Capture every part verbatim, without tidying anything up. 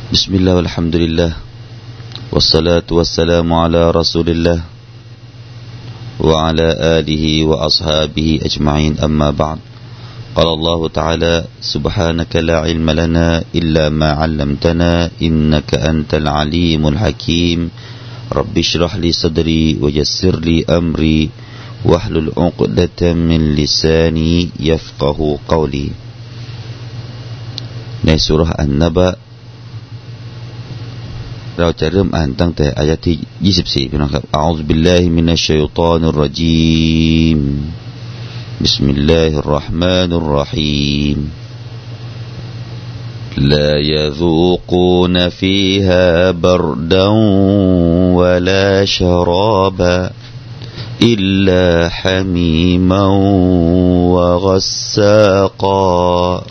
بسم الله والحمد لله والصلاة والسلام على رسول الله وعلى آله وأصحابه أجمعين أما بعد قال الله تعالى سبحانك لا علم لنا إلا ما علمتنا إنك أنت العليم الحكيم رب اشرح لي صدري ويسر لي أمري واحلل عقدة من لساني يفقه قولي ในซูเราะห์อันนะบะเราจะเริ่มอ่านตั้งแต่อายะที่ยี่สิบสี่พี่น้องครับอะอูซุบิลลาฮิมินัชชัยฏอนิรเราะญีมบิสมิลลาฮิรเราะห์มานิรเราะฮีมลาيذوقون فيها بردا ولا شرابا إلا حميما وغساقا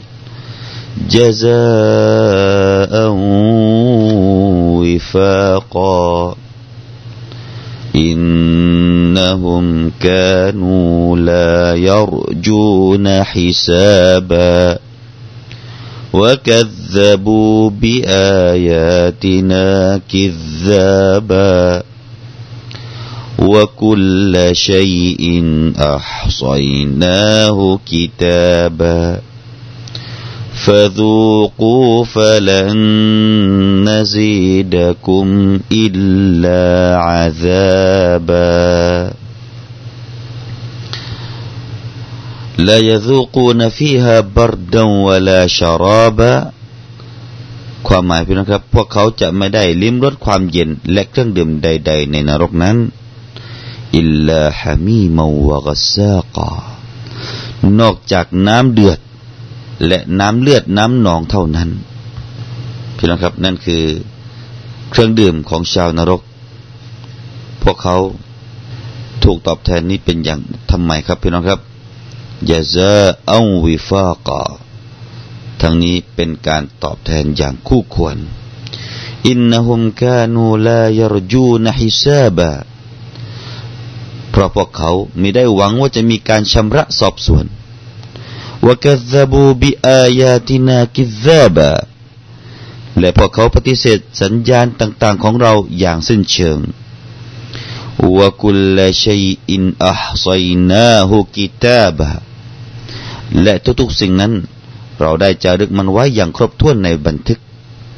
جزاء وفاقا إنهم كانوا لا يرجون حسابا وكذبوا بآياتنا كذابا وكل شيء أحصيناه كتابا فذوقوا فلن نزيدكم إلا عذابا لا يذوقون فيها بردا ولا شرابا ความหมายพี่น้องครับพวกเขาจะไม่ได้ลิ้มรสความเย็นและเครื่องดื่มใดๆในนรกนั้นอิลลาฮะมีมาวะกัสซากานอกจากน้ำเดือดและน้ำเลือดน้ำหนองเท่านั้นพี่น้องครับนั่นคือเครื่องดื่มของชาวนรกพวกเขาถูกตอบแทนนี้เป็นอย่างทำไมครับพี่น้องครับยะซาอัลวิฟากะทั้งนี้เป็นการตอบแทนอย่างคู่ควรอินนะฮุมกานูลายรจูนฮิซาบะเพราะพวกเขาไม่ได้หวังว่าจะมีการชำระสอบสวนوكذبوا بآياتنا كذابا และพวกเขาปฏิเสธสัญญาณต่างๆของเราอย่างสิ้นเชิง وكل شيء أحصيناه كتابا และทุกๆสิ่งนั้นเราได้จารึกมันไว้อย่างครบถ้วนในบันทึก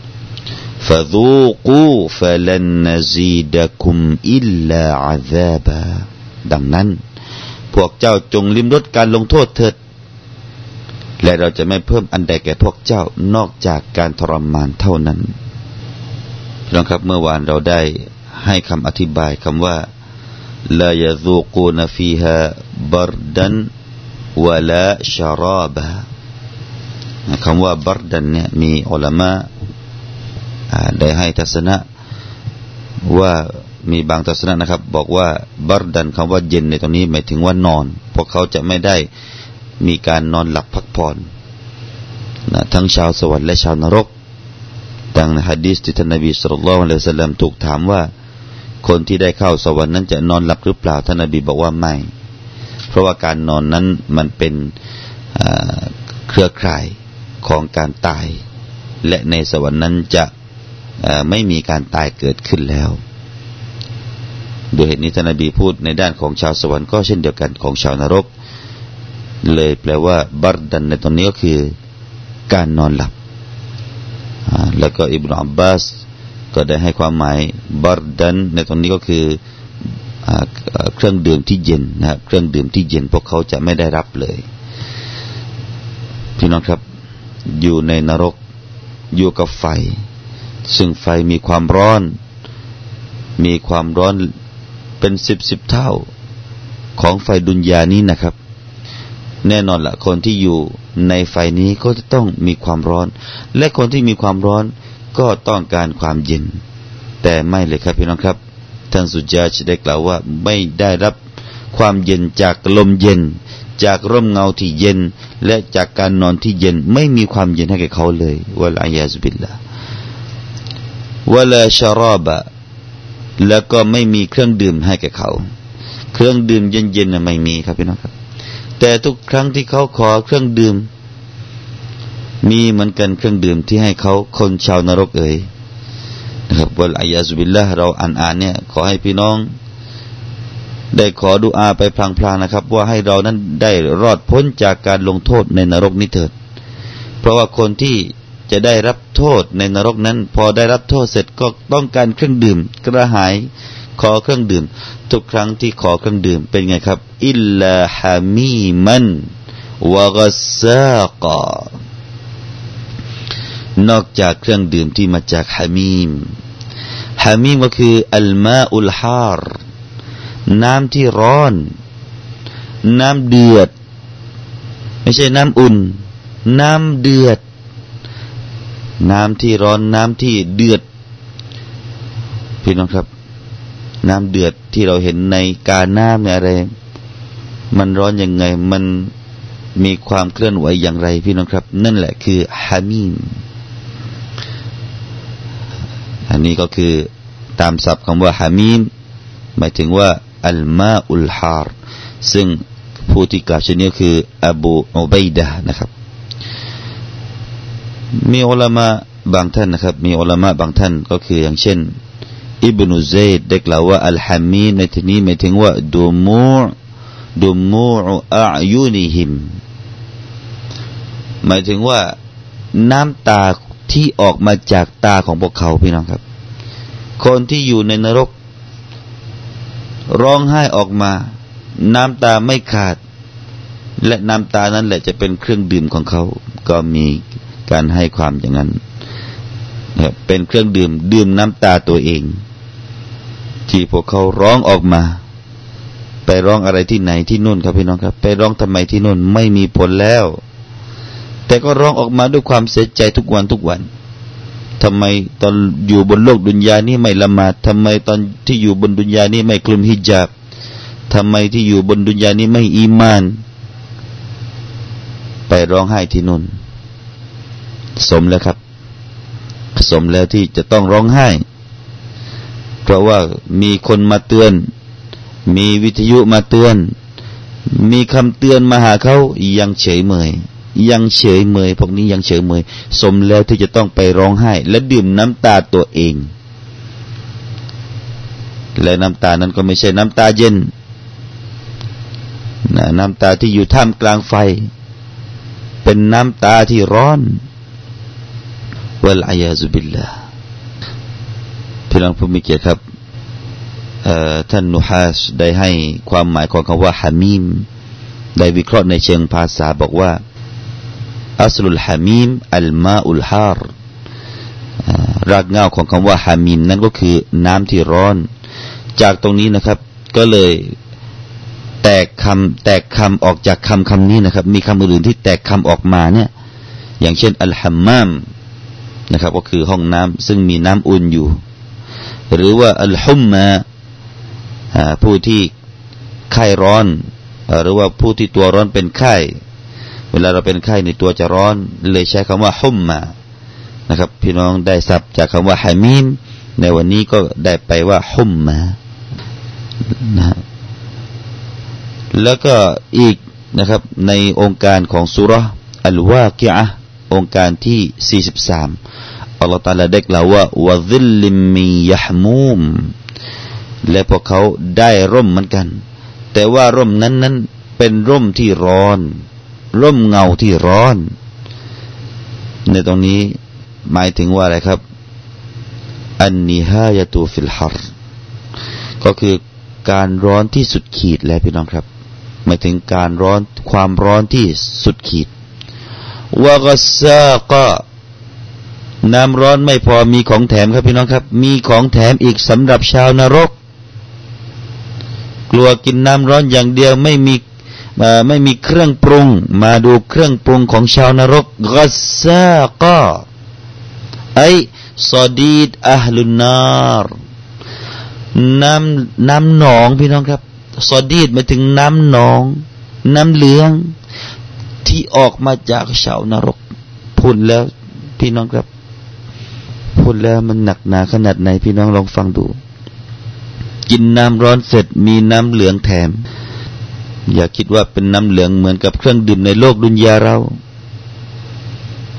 فذوقوا فلن نزيدكم إلا عذابا ดังนั้นพวกเจ้าจงลิ้มรสการลงโทษเถิดและเราจะไม่เพิ่มอันใดแก่พวกเจ้านอกจากการทรมานเท่านั้นพี่น้องครับเมื่อวานเราได้ให้คำอธิบายคำว่าลายะซูกูนฟีฮาบรดันวะลาชาราบะคำว่าบรดันเนี่ยมีอุลามะได้ให้ทัศนะว่ามีบางทัศนะนะครับบอกว่าบรดันคำว่าเย็นในตรงนี้หมายถึงว่านอนพวกเขาจะไม่ได้มีการนอนหลับพักผ่อนนะทั้งชาวสวรรค์และชาวนรกดังในหะดีษที่ท่านนบีศ็อลลัลลอฮุอะลัยฮิวะซัลลัมถูกถามว่าคนที่ได้เข้าสวรรค์นั้นจะนอนหลับหรือเปล่าท่านนบีบอกว่าไม่เพราะว่าการนอนนั้นมันเป็นเครือข่ายของการตายและในสวรรค์นั้นจะไม่มีการตายเกิดขึ้นแล้วโดยเหตุนี้ท่านนบีพูดในด้านของชาวสวรรค์ก็เช่นเดียวกันของชาวนรกเลยแปลว่าบัรดันในตรงนี้ก็คือการนอนหลับแล้วก็อิบนุอับบาสก็ได้ให้ความหมายบัรดันในตรงนี้ก็คือเครื่องดื่มที่เย็นนะครับเครื่องดื่มที่เย็นพวกเขาจะไม่ได้รับเลยพี่น้องครับอยู่ในนรกอยู่กับไฟซึ่งไฟมีความร้อนมีความร้อนเป็นสิบสิบเท่าของไฟดุนยานี้นะครับแน่นอนละคนที่อยู่ในไฟนี้ก็จะต้องมีความร้อนและคนที่มีความร้อนก็ต้องการความเย็นแต่ไม่เลยครับพี่น้องครับท่านสุจาชได้กล่าวว่าไม่ได้รับความเย็นจากลมเย็นจากร่มเงาที่เย็นและจากการนอนที่เย็นไม่มีความเย็นให้แก่เขาเลยวะลายาซุบิลลาห์วะลาชาราบะแล้วก็ไม่มีเครื่องดื่มให้แก่เขาเครื่องดื่มเย็นๆน่ะไม่มีครับพี่น้องครับแต่ทุกครั้งที่เขาขอเครื่องดื่มมีเหมือนกันเครื่องดื่มที่ให้เขาคนชาวนรกเอ่ยนะครับวัลอะยาซุบิลลาห์เราอ่านอ่านเนี่ยขอให้พี่น้องได้ขอดุอาไปพลางๆนะครับว่าให้เรานั้นได้รอดพ้นจากการลงโทษในนรกนี้เถิดเพราะว่าคนที่จะได้รับโทษในนรกนั้นพอได้รับโทษเสร็จก็ต้องการเครื่องดื่มกระหายขอเครื่องดื่มทุกครั้งที่ขอเครื่องดื่มเป็นไงครับอิลลาฮามีมันวะกัสซากนอกจากเครื่องดื่มที่มาจากฮามีมฮามีมก็คืออัลมาอุลฮาร์น้ำที่ร้อนน้ำเดือดไม่ใช่น้ำอุ่นน้ำเดือดน้ำที่ร้อนน้ำที่เดือดพี่น้องครับน้ำเดือดที่เราเห็นในกาน้ำเนี่ยอะไรมันร้อนยังไงมันมีความเคลื่อนไหวอย่างไรพี่น้องครับนั่นแหละคือฮามีมอันนี้ก็คือตามศัพท์คำว่าฮามีมหมายถึงว่าอัลมาอุลฮาร์ซึ่งผู้ที่กล่าวเช่นนี้คืออบูอุบัยดะห์นะครับมีอุลามะบางท่านนะครับมีอุลามะบางท่านก็คืออย่างเช่นอิบนุซัยด์ได้กล่าวว่าอัลฮามีมในที่นี้หมายถึงว่าดูมูดูมูอะยูนิฮิมหมายถึงว่าน้ำตาที่ออกมาจากตาของพวกเขาพี่น้องครับคนที่อยู่ในนรกร้องไห้ออกมาน้ำตาไม่ขาดและน้ำตานั้นแหละจะเป็นเครื่องดื่มของเขาก็มีการให้ความอย่างนั้นเป็นเครื่องดื่มดื่มน้ำตาตัวเองที่พวกเขาร้องออกมาไปร้องอะไรที่ไหนที่นู่นครับพี่น้องครับไปร้องทำไมที่นู่นไม่มีผลแล้วแต่ก็ร้องออกมาด้วยความเสียใจทุกวันทุกวันทำไมตอนอยู่บนโลกดุนยานี้ไม่ละหมาดทำไมตอนที่อยู่บนดุนยานี้ไม่คลุมฮิญาบทำไมที่อยู่บนดุนยานี้ไม่อีมานไปร้องไห้ที่นู่นสมแล้วครับสมแล้วที่จะต้องร้องไห้เพราะว่ามีคนมาเตือนมีวิทยุมาเตือนมีคำเตือนมาหาเขายังเฉยเมยยังเฉยเมยพวกนี้ยังเฉยเมยสมแล้วที่จะต้องไปร้องไห้และดื่มน้ำตาตัวเองและน้ำตานั้นก็ไม่ใช่น้ำตาเย็นนะน้ำตาที่อยู่ท่ามกลางไฟเป็นน้ำตาที่ร้อนวัลอะยาซุบิลลาห์พี่น้องผู้มีเกียรติครับท่านนูฮาสได้ให้ความหมายของคำว่าฮามีมได้วิเคราะห์ในเชิงภาษาบอกว่าอัสลุลฮามีมอัลมาอุลฮาร์รากเหง้าของคำว่าฮามีมนั่นก็คือน้ำที่ร้อนจากตรงนี้นะครับก็เลยแตกคำแตกคำออกจากคำคำนี้นะครับมีคำอื่นที่แตกคำออกมาเนี่ยอย่างเช่นอัลฮัมมามนะครับก็คือห้องน้ำซึ่งมีน้ำอุ่นอยู่หรือว่าอัลฮุมมาผู้ที่ไข้ร้อนหรือว่าผู้ที่ตัวร้อนเป็นไข้เวลาเราเป็นไข้ในตัวจะร้อนเลยใช้คำว่าฮุมมานะครับพี่น้องได้ศัพท์จากคำว่าฮามีมในวันนี้ก็ได้ไปว่าฮุมมานะแล้วก็อีกนะครับในองค์การของซูเราะห์อัลวากิอะห์องค์การที่สี่สิบสามอัลเลาะห์ตะอาลาได้กล่าวว่าวะซิลลิมมิยะฮมูมและพวกเขาได้ร่มเหมือนกันแต่ว่าร่มนั้นนั้นเป็นร่มที่ร้อนร่มเงาที่ร้อนในตรงนี้หมายถึงว่าอะไรครับอันนิฮายะตุฟิลฮัรก็คือการร้อนที่สุดขีดแล้วพี่น้องครับหมายถึงการร้อนความร้อนที่สุดขีดวะกัสซากะน้ำร้อนไม่พอมีของแถมครับพี่น้องครับมีของแถมอีกสำหรับชาวนรกกลัวกินน้ำร้อนอย่างเดียวไม่มีไม่มีเครื่องปรุงมาดูเครื่องปรุงของชาวนรกกัสซากะไอซอดีดอะฮลุนนารน้ำน้ำหนองพี่น้องครับซอดีดหมายถึงน้ำหนองน้ำเหลืองที่ออกมาจากชาวนรกพูดแล้วพี่น้องครับพูดแล้วมันหนักหนาขนาดไหนพี่น้องลองฟังดูกินน้ำร้อนเสร็จมีน้ำเหลืองแถมอย่าคิดว่าเป็นน้ำเหลืองเหมือนกับเครื่องดื่มในโลกดุนยาเรา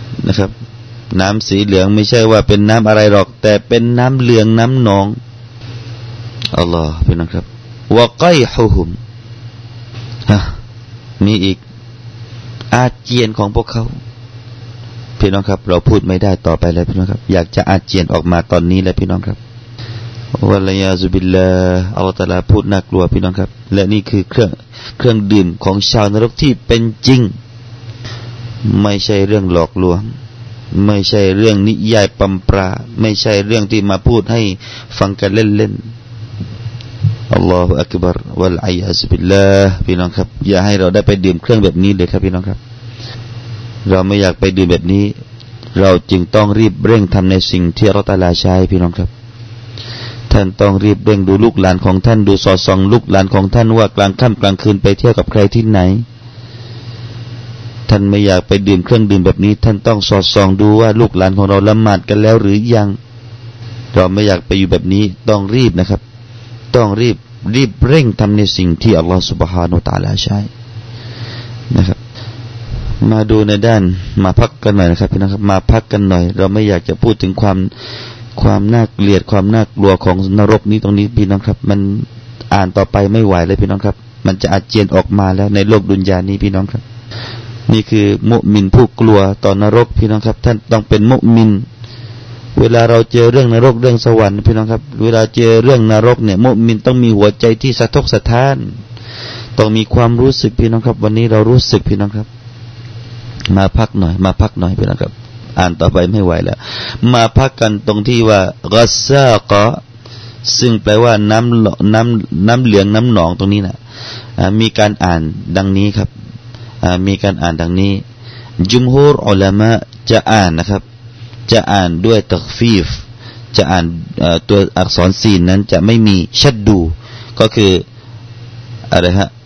นะครับน้ำสีเหลืองไม่ใช่ว่าเป็นน้ำอะไรหรอกแต่เป็นน้ำเหลืองน้ำหนองอัลลอฮ์พี่น้องครับวะกัยฮุฮุมฮะมีอีกอาเจียนของพวกเขาพี่น้องครับเราพูดไม่ได้ต่อไปแล้วพี่น้องครับอยากจะอาเจียนออกมาตอนนี้แล้วพี่น้องครับวะลัยาซุบิลลาห์อัลเลาะห์ตะอาลาพูดน่ากลัวพี่น้องครับและนี่คือเครื่องเครื่องดื่มของชาวนรกที่เป็นจริงไม่ใช่เรื่องหลอกลวงไม่ใช่เรื่องนิยายปำปราไม่ใช่เรื่องที่มาพูดให้ฟังกันเล่นๆอัลลอฮฺอักบัรวะลัยาซุบิลลาห์พี่น้องครับอย่าให้เราได้ไปดื่มเครื่องแบบนี้เลยครับพี่น้องครับเราไม่อยากไปดื่มแบบนี้เราจึงต้องรีบเร่งทำในสิ่งที่อัลเลาะห์ตะอาลาใช้พี่น้องครับท่านต้องรีบเร่งดูลูกหลานของท่านดูสอดส่องลูกหลานของท่านว่ากลางค่ำกลางคืนไปเที่ยวกับใครที่ไหนท่านไม่อยากไปดื่มเครื่องดื่มแบบนี้ท่านต้องสอดส่องดูว่าลูกหลานของเราละหมาดกันแล้วหรือยังเราไม่อยากไปอยู่แบบนี้ต้องรีบนะครับต้องรีบรีบเร่งทำในสิ่งที่อัลลอฮฺซุบฮานะฮูวะตะอาลาใช้นะครับมาดูในด้านมาพักกันหน่อยนะครับพี่น้องครับมาพักกันหน่อยเราไม่อยากจะพูดถึงความความน่าเกลียดความน่ากลัวของนรกนี้ตรงนี้พี่น้องครับมันอ่านต่อไปไม่ไหวเลยพี่น้องครับมันจะอาเจียนออกมาแล้วในโลกดุนยานี้พี่น้องครับนี่คือมุมินผู้กลัวต่อนรกพี่น้องครับท่านต้องเป็นมุมินเวลาเราเจอเรื่องนรกเรื่องสวรรค์พี่น้องครับเวลาเจอเรื่องนรกเนี่ยมุมินต้องมีหัวใจที่สะทกสะท้านต้องมีความรู้สึกพี่น้องครับวันนี้เรารู้สึกพี่น้องครับมาพักหน่อยมาพักหน่อยพี่น้องครับอ่านต่อไปไม่ไหวแล้วมาพักกันตรงที่ว่ากัสซากะซึ่งแปลว่าน้ำน้ำน้ำเหลืองน้ำหนองตรงนี้นะมีการอ่านดังนี้ครับมีการอ่านดังนี้จุมฮูรอุลามะจะอ่านนะครับจะอ่านด้วยตักฟีฟจะอ่านตัวอักษรซีนนั้นจะไม่มีชัดดูก็คืออะไรฮะ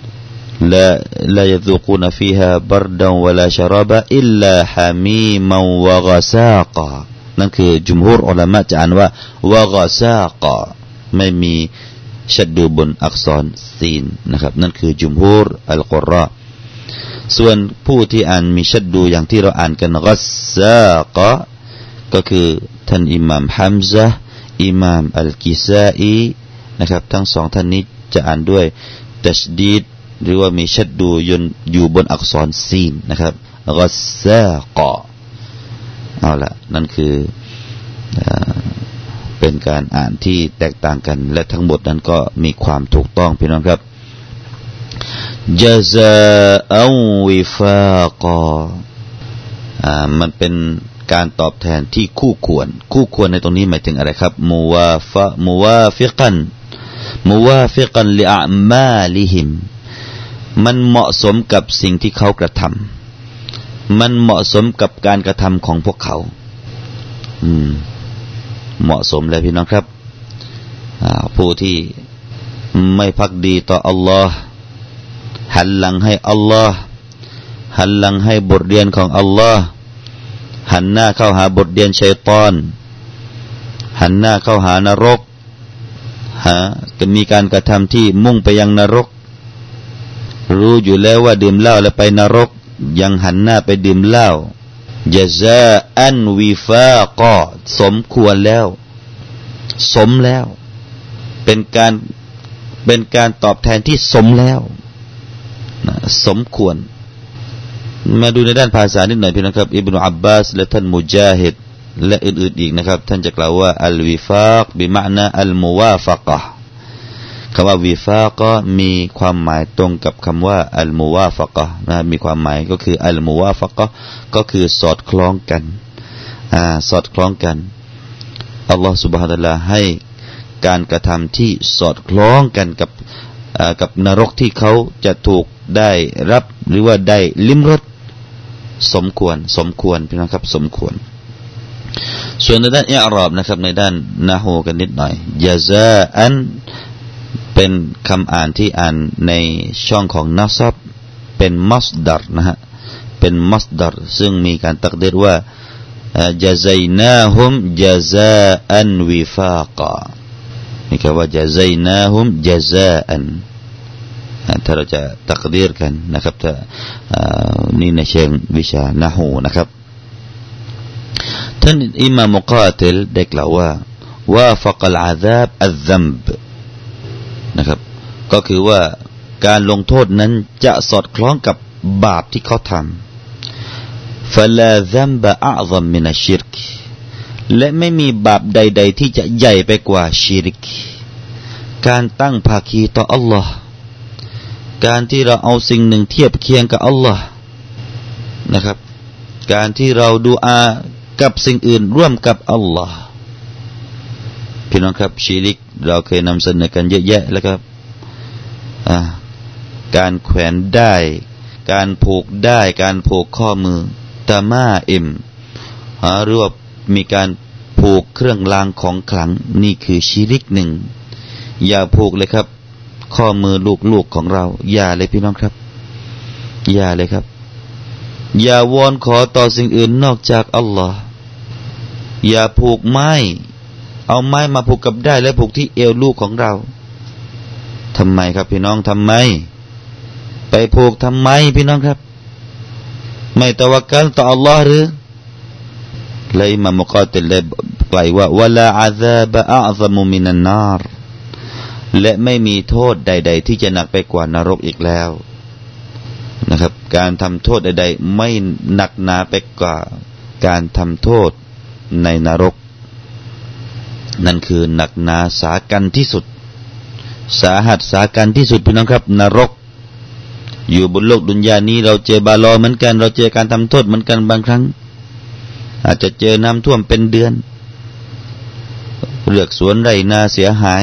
لا لا يذوقون فيها بردا ولا شرابا إلا حميما وغساقا นั่นคือจุมฮูรอุลามะจะอ่านว่าวะกะซากะไม่มีชัดดูบนอักษรซีนนะครับนั่นคือจุมฮูรอัลกุรอส่วนผู้ที่อ่านมีชัดดูอย่างที่เราอ่านกันกัสซากะก็คือท่านอิหม่ามฮัมซะห์อิหม่ามอัลกิซาอีนะครับทั้งสองท่านนี้จะอ่านด้วยตัชดีดหรือว่ามีชัดดูยนอยู่บนอักษรซีนนะครับกัสซากะเอาละนั่นคือเป็นการอ่านที่แตกต่างกันและทั้งหมดนั้นก็มีความถูกต้องพี่น้องครับจาซาอัลวิฟากะอ่ามันเป็นการตอบแทนที่คู่ควรคู่ควรในตรงนี้หมายถึงอะไรครับมุวาฟะมุวาฟิกันมุวาฟิกันลิอามาลิฮิมมันเหมาะสมกับสิ่งที่เขากระทำมันเหมาะสมกับการกระทำของพวกเขาอืมเหมาะสมเลยพี่น้องครับผู้ที่ไม่ภักดีต่ออัลลอฮ์หันหลังให้อัลลอฮ์หันหลังให้บทเรียนของอัลลอฮ์หันหน้าเข้าหาบทเรียนชัยฏอนหันหน้าเข้าหานรกหาจะมีการกระทำที่มุ่งไปยังนรกรู้อยู่แล้วว่าดื่มเหล้าแล้วไปนรกยังหันหน้าไปดื่มเหล้าญะซาอันวิฟากะสมควรแล้วสมแล้วเป็นการเป็นการตอบแทนที่สมแล้วนะสมควรมาดูในด้านภาษานิดหน่อยพี่น้องครับอิบนุอับบาสและท่านมุจาฮิดและอื่นๆอีกนะครับท่านจะกล่าวว่าอัลวิฟากบิมะนะอัลมุวาฟะกะห์คำว่าวิฟาก็มีความหมายตรงกับคำว่าอัลมุวาฟะกะห์นะมีความหมายก็คืออัลมุวาฟะกะห์ก็คือสอดคล้องกันอ่าสอดคล้องกันอัลลอฮฺซุบฮานะฮูวะตะอาลาให้การกระทำที่สอดคล้องกันกับกับนรกที่เขาจะถูกได้รับหรือว่าได้ลิ้มรสสมควรสมควรพี่น้องครับสมควรส่วนในด้านอิอรอบนะครับในด้านนะฮูกันนิดหน่อยญะซาอันเป็นคำอ่านที่อ่านในช่องของนัซบเป็นมัสดัรนะฮะเป็นมัสดัรซึ่งมีการตักดีรว่าจาซัยนาฮุมจาซาอันวิฟากะนี่ก็ว่าจาซัยนาฮุมจาซาอันถ้าเราจะตักดีรกันนะครับถ้านี่ในเชิงวิชานะฮูนะครับท่านอิมามมุกาติลได้กล่าวว่าว่าฟักลอาซาบอัลซัมบนะครับก็คือว่าการลงโทษนั้นจะสอดคล้องกับบาปที่เขาทำฟะลาซัมบะอัซมมินัชชิรกและไม่มีบาปใดๆที่จะใหญ่ไปกว่าชิริกการตั้งภาคีต่ออัลลอฮ์การที่เราเอาสิ่งหนึ่งเทียบเคียงกับอัลลอฮ์นะครับการที่เราดูอากับสิ่งอื่นร่วมกับอัลลอฮ์พี่น้องครับชิริกเราเคยนำเสนอกันเยอะแยะแล้วครับการแขวนได้การผูกได้การผูกข้อมือตามาอิมหรือว่ามีการผูกเครื่องรางของขลังนี่คือชิริกหนึ่งอย่าผูกเลยครับข้อมือลูกๆของเราอย่าเลยพี่น้องครับอย่าเลยครับอย่าวอนขอต่อสิ่งอื่นนอกจากอัลลอฮ์อย่าผูกไม้เอาไม้มาผูกกับได้และผูกที่เอวลูกของเราทำไมครับพี่น้องทำไมไปผูกทำไมพี่น้องครับไม่ตะวักกัลต่ออัลลอฮ์หรือเลยอิมามมุกาติลได้กล่าวว่าวะลาอาซาบะอัซมุมินันนารและไม่มีโทษใดๆที่จะหนักไปกว่านรกอีกแล้วนะครับการทำโทษใดๆไม่หนักหนาไปกว่าการทำโทษในนรกนั่นคือหนักหนาสากันที่สุดสาหัสสากันที่สุดพี่น้องครับนรกอยู่บนโลกดุนยานี้เราเจอบาลอเหมือนกันเราเจอการทำโทษเหมือนกันบางครั้งอาจจะเจอน้ำท่วมเป็นเดือนเลือกสวนไร่นาเสียหาย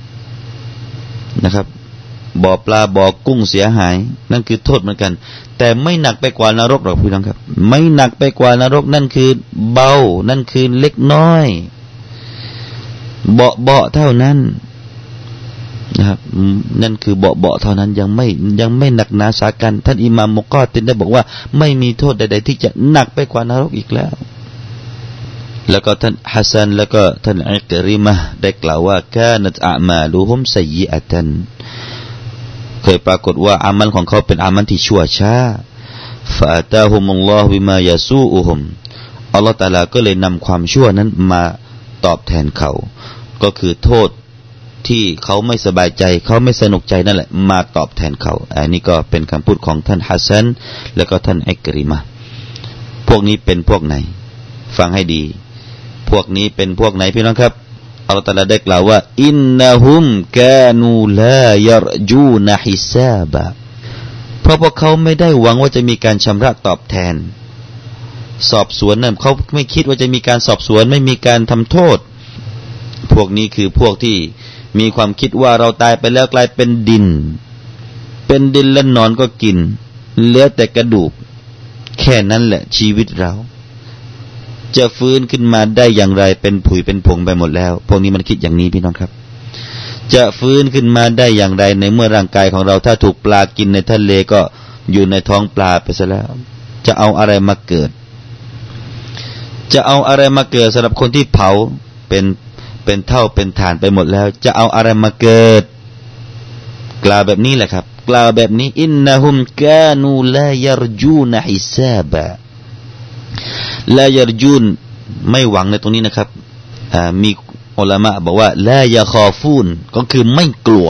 นะครับบ่อปลาบ่อกุ้งเสียหายนั่นคือโทษเหมือนกันแต่ไม่หนักไปกว่านรกหรอกพี่น้องครับไม่หนักไปกว่านรกนั่นคือเบานั่นคือเล็กน้อยเบาเบาเท่านั้นนะครับนั่นคือเบาเบาเท่านั้นยังไม่ยังไม่หนักหนาสากันท่านอิมามมุกาติลได้บอกว่าไม่มีโทษใดๆที่จะหนักไปกว่านรกอีกแล้วแล้วก็ท่านฮัสซันแล้วก็ท่านอิกริมะห์ได้กล่าวว่ากานัตอะมาลุฮุมซัยยิอะตันเคยปรากฏว่าอามัลของเขาเป็นอามัลที่ชั่วช้าฟะอะตาฮุมุลลอฮุบิมายะซูอุฮุมอัลเลาะห์ตะอาลาก็เลยนำความชั่วนั้นมาตอบแทนเขาก็คือโทษที่เขาไม่สบายใจเขาไม่สนุกใจนั่นแหละมาตอบแทนเขาอันนี้ก็เป็นคำพูดของท่านฮัสซันแล้วก็ท่านอิกริมะห์พวกนี้เป็นพวกไหนฟังให้ดีพวกนี้เป็นพวกไหนพี่น้องครับอัลเลาะห์ตะอาลาได้กล่าวว่าอินนะฮุมกานูลายรจูนฮิซาบะเพราะพวกเขาไม่ได้หวังว่าจะมีการชำระตอบแทนสอบสวนนั่นเขาไม่คิดว่าจะมีการสอบสวนไม่มีการทำโทษพวกนี้คือพวกที่มีความคิดว่าเราตายไปแล้วกลายเป็นดินเป็นดินแล้วนอนก็กินเหลือแต่กระดูกแค่นั้นแหละชีวิตเราจะฟื้นขึ้นมาได้อย่างไรเป็นผุยเป็นผงไปหมดแล้วพวกนี้มันคิดอย่างนี้พี่น้องครับจะฟื้นขึ้นมาได้อย่างไรในเมื่อร่างกายของเราถ้าถูกปลากินในทะเลก็อยู่ในท้องปลาไปซะแล้วจะเอาอะไรมาเกิดจะเอาอะไรมาเกิดสำหรับคนที่เผาเป็นเป็นเท่าเป็นฐานไปหมดแล้วจะเอาอะไรมาเกิดกล่าวแบบนี้แหละครับกล่าวแบบนี้อินนะฮุมกานูลายรจูนฮิซาบะลายรจูนไม่หวังในตรงนี้นะครับมีอุลามะบอกว่าลายะคอฟูนก็คือไม่กลัว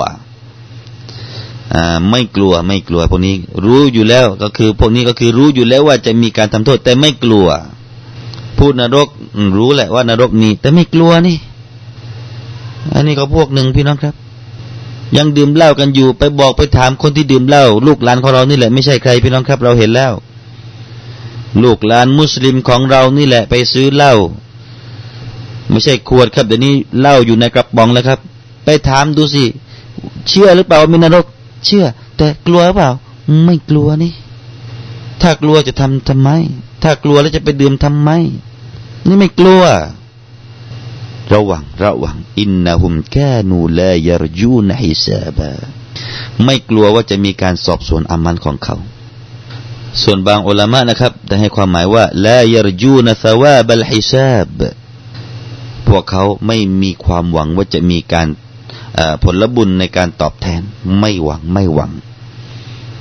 ไม่กลัวไม่กลัวพวกนี้รู้อยู่แล้วก็คือพวกนี้ก็คือรู้อยู่แล้วว่าจะมีการทำโทษแต่ไม่กลัวพูดนรกรู้แหละว่านรกมีแต่ไม่กลัวนี่อันนี้ก็พวกหนึ่งพี่น้องครับยังดื่มเหล้ากันอยู่ไปบอกไปถามคนที่ดื่มเหล้าลูกหลานของเรานี่แหละไม่ใช่ใครพี่น้องครับเราเห็นแล้วลูกหลานมุสลิมของเรานี่แหละไปซื้อเหล้าไม่ใช่ขวดครับเดี๋ยวนี้เหล้าอยู่ในกระป๋องแล้วครับไปถามดูสิเชื่อหรือเปล่าว่ามีนรกเชื่อแต่กลัวหรือเปล่าไม่กลัวนี่ถ้ากลัวจะทำทำไมถ้ากลัวแล้วจะไปดื่มทำไมนี่ไม่กลัวระวังระวังอินนะฮุมกานูลายรจูนฮิซาบะไม่กลัวว่าจะมีการสอบสวนอามัลของเขาส่วนบางอุลามะนะครับได้ให้ความหมายว่าลายรจูนซะวาบัลฮิซาบพวกเขาไม่มีความหวังว่าจะมีการผลบุญในการตอบแทนไม่หวังไม่หวัง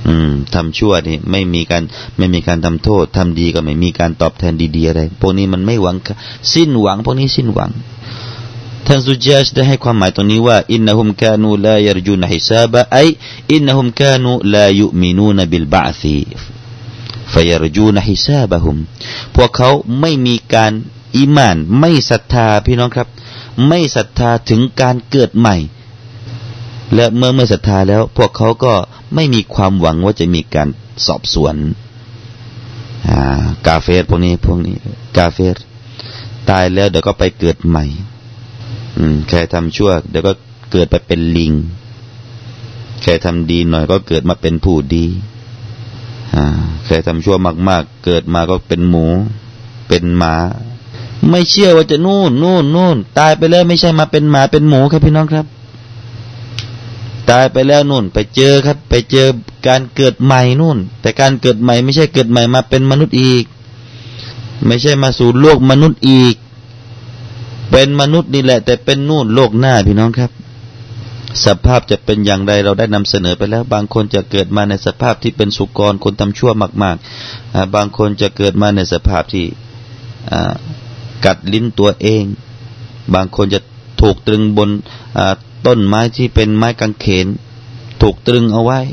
อืมทำชั่วนี่ไม่มีการไม่มีการทำโทษทำดีก็ไม่มีการตอบแทนดีๆอะไรพวกนี้มันไม่หวังสิ้นหวังพวกนี้สิ้นหวังท่านซุจญาชได้ให้ความหมายตรงนี้ว่าอินนะฮุมกานูลายรจูนฮิซาบะไออินนะฮุมกานูลายุมินูนบิลบะอซีฟยรจูนฮิซาบะฮุมพวกเขาไม่มีการอีหม่านไม่ศรัทธาพี่น้องครับไม่ศรัทธาถึงการเกิดใหม่และเมื่อไม่ศรัทธาแล้วพวกเขาก็ไม่มีความหวังว่าจะมีการสอบสวนอ่ากาเฟรพวกนี้พวกนี้กาเฟรตายแล้วเดี๋ยวก็ไปเกิดใหม่อืมใครทำชั่วเดี๋ยวก็เกิดไปเป็นลิงใครทำดีหน่อยก็เกิดมาเป็นผู้ดีอ่าใครทำชั่วมากๆเกิดมาก็เป็นหมูเป็นหมาไม่เชื่อว่าจะนู่นนู่นนู่นตายไปแล้วไม่ใช่มาเป็นหมาเป็นหมูครับพี่น้องครับตายไปแล้วนู่นไปเจอครับไปเจอการเกิดใหม่นู่นแต่การเกิดใหม่ไม่ใช่เกิดใหม่มาเป็นมนุษย์อีกไม่ใช่มาสู่โลกมนุษย์อีกเป็นมนุษย์นี่แหละแต่เป็นนู่นโลกหน้าพี่น้องครับสภาพจะเป็นอย่างไรเราได้นำเสนอไปแล้วบางคนจะเกิดมาในสภาพที่เป็นสุกรคนทำชั่วมากๆบางคนจะเกิดมาในสภาพที่กัดลิ้นตัวเองบางคนจะถูกตรึงบนต้นไม้ที่เป็นไม้กางเขนถูกตรึงเอาไว้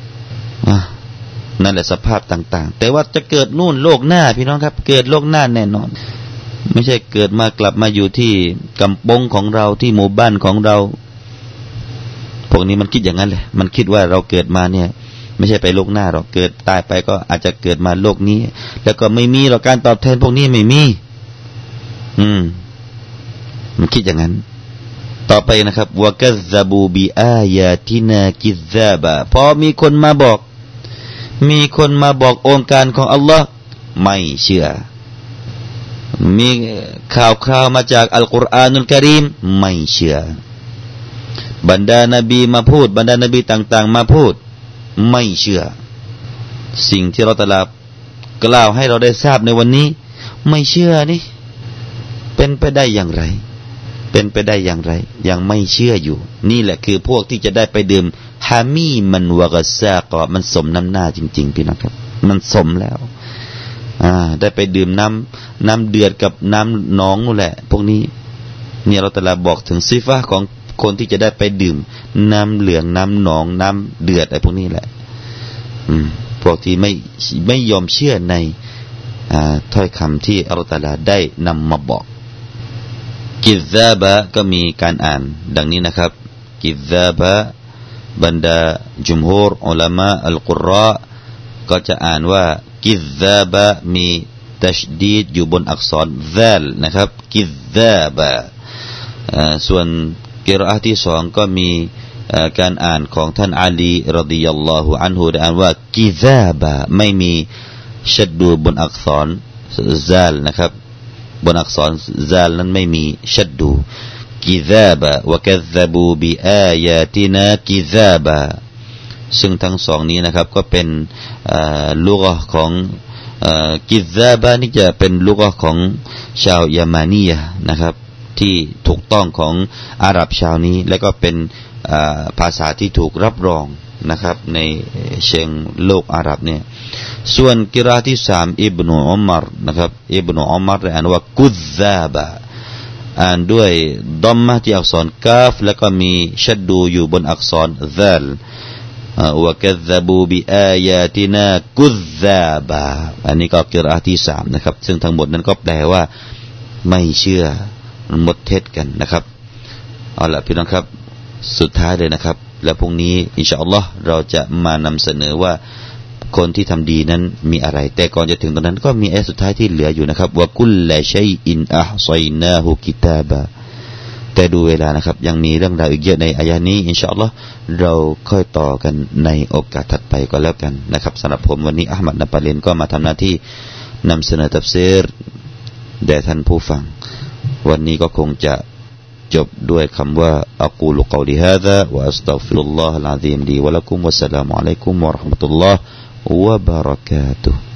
นั่นแหละสภาพต่างๆแต่ว่าจะเกิดนู่นโลกหน้าพี่น้องครับเกิดโลกหน้าแน่นอนไม่ใช่เกิดมากลับมาอยู่ที่กำปงของเราที่หมู่บ้านของเราพวกนี้มันคิดอย่างนั้นเลยมันคิดว่าเราเกิดมาเนี่ยไม่ใช่ไปโลกหน้าหรอกเกิดตายไปก็อาจจะเกิดมาโลกนี้แล้วก็ไม่มีหรอกการตอบแทนพวกนี้ไม่มีอืมมันคิดอย่างนั้นต่อไปนะครับวะกัซซะบูบิอายาตินากิซซาบะพอมีคนมาบอกมีคนมาบอกองค์การของอัลลอฮ์ไม่เชื่อมีข่าวคราวมาจากอัลกุรอานุลกะรีมไม่เชื่อบรรดานบีมาพูดบรรดานบีต่างๆมาพูดไม่เชื่อสิ่งที่เราตะลากล่าวให้เราได้ทราบในวันนี้ไม่เชื่อนี่เป็นไปได้อย่างไรเป็นไปได้อย่างไรยังไม่เชื่ออยู่นี่แหละคือพวกที่จะได้ไปดื่มฮามีมันวะกะซาก็มันสมน้ำหน้าจริงๆพี่น้องครับมันสมแล้วอ่าได้ไปดื่มน้ำน้ำเดือดกับน้ำหนองนู่นแหละพวกนี้เนี่ยเราแต่ละบอกถึงซิฟะของคนที่จะได้ไปดื่มน้ำเหลืองน้ำหนองน้ำเดือดอะไรพวกนี้แหละอืมพวกที่ไม่ไม่ยอมเชื่อในอ่าถ้อยคำที่อัลลอฮฺตะอาลาได้นำมาบอกกิซซาบะก็มีการอ่านดังนี้นะครับกิซซาบะบรรดาจุมฮูรอุลามะอัลกุรเราะห์ก็จะอ่านว่ากิซซาบะมีตัชดีดอยู่บนอักษรซาลนะครับกิซซาบะส่วนกิรออะห์ที่สองก็มีการอ่านของท่านอาลีรฎิยัลลอฮุอันฮุได้อ่านว่ากิซาบะไม่มีชัดดูบนอักษรซาลนะครับบนอักษรซาลนั้นไม่มีชัดดูกิซาบะวะกัซซะบูบิอายาตินากิซาบะซึ่งทั้งสองนี้นะครับก็เป็นลุกะห์ของกิซาบะนี่จะเป็นลุกะห์ของชาวยามานียะนะครับที่ถูกต้องของอาหรับชาวนี้และก็เป็นภาษาที่ถูกรับรองนะครับในเชิงโลกอาหรับเนี่ยส่วนกิรออะห์ที่สามอิบนุอุมัรนะครับอิบนุอุมัรอ่านว่ากุซซาบะอ่านด้วยดัมมะที่อักษรกาฟแล้วก็มีชัดดูอยู่บนอักษรซาลวะกัซซะบูบิอายาตินากุซซาบะอันนี้ก็กิรออะห์ที่สามนะครับซึ่งทั้งหมดนั้นก็แปลว่าไม่เชื่อหมดเท็จกันนะครับเอาล่ะพี่น้องครับสุดท้ายเลยนะครับและพรุ่งนี้อินชาอัลลอฮ์เราจะมานำเสนอว่าคนที่ทำดีนั้นมีอะไรแต่ก่อนจะถึงตรงนั้นก็มีอายะห์สุดท้ายที่เหลืออยู่นะครับวะกุลละชัยอินอะห์ซัยนาฮูกิตาบะแต่ดูเวลานะครับยังมีเรื่องราวอีกเยอะในอายะห์นี้อินชาอัลลอฮ์เราค่อยต่อกันในโอกาสถัดไปก็แล้วกันนะครับสำหรับผมวันนี้อะห์มัดนปาเลนก็มาทำหน้าที่นำเสนอตัฟซีรแด่ท่านผู้ฟังวันนี้ก็คงจะจบด้วยคำว่าอักูลุกอลิฮาซาวะอัสตัฆฟิรุลลอฮะลอะซีมลีวะละกุมวัสสลามุอะลัยกุมวะเราะห์มะตุลลอฮ์วะบะเราะกาตุฮ์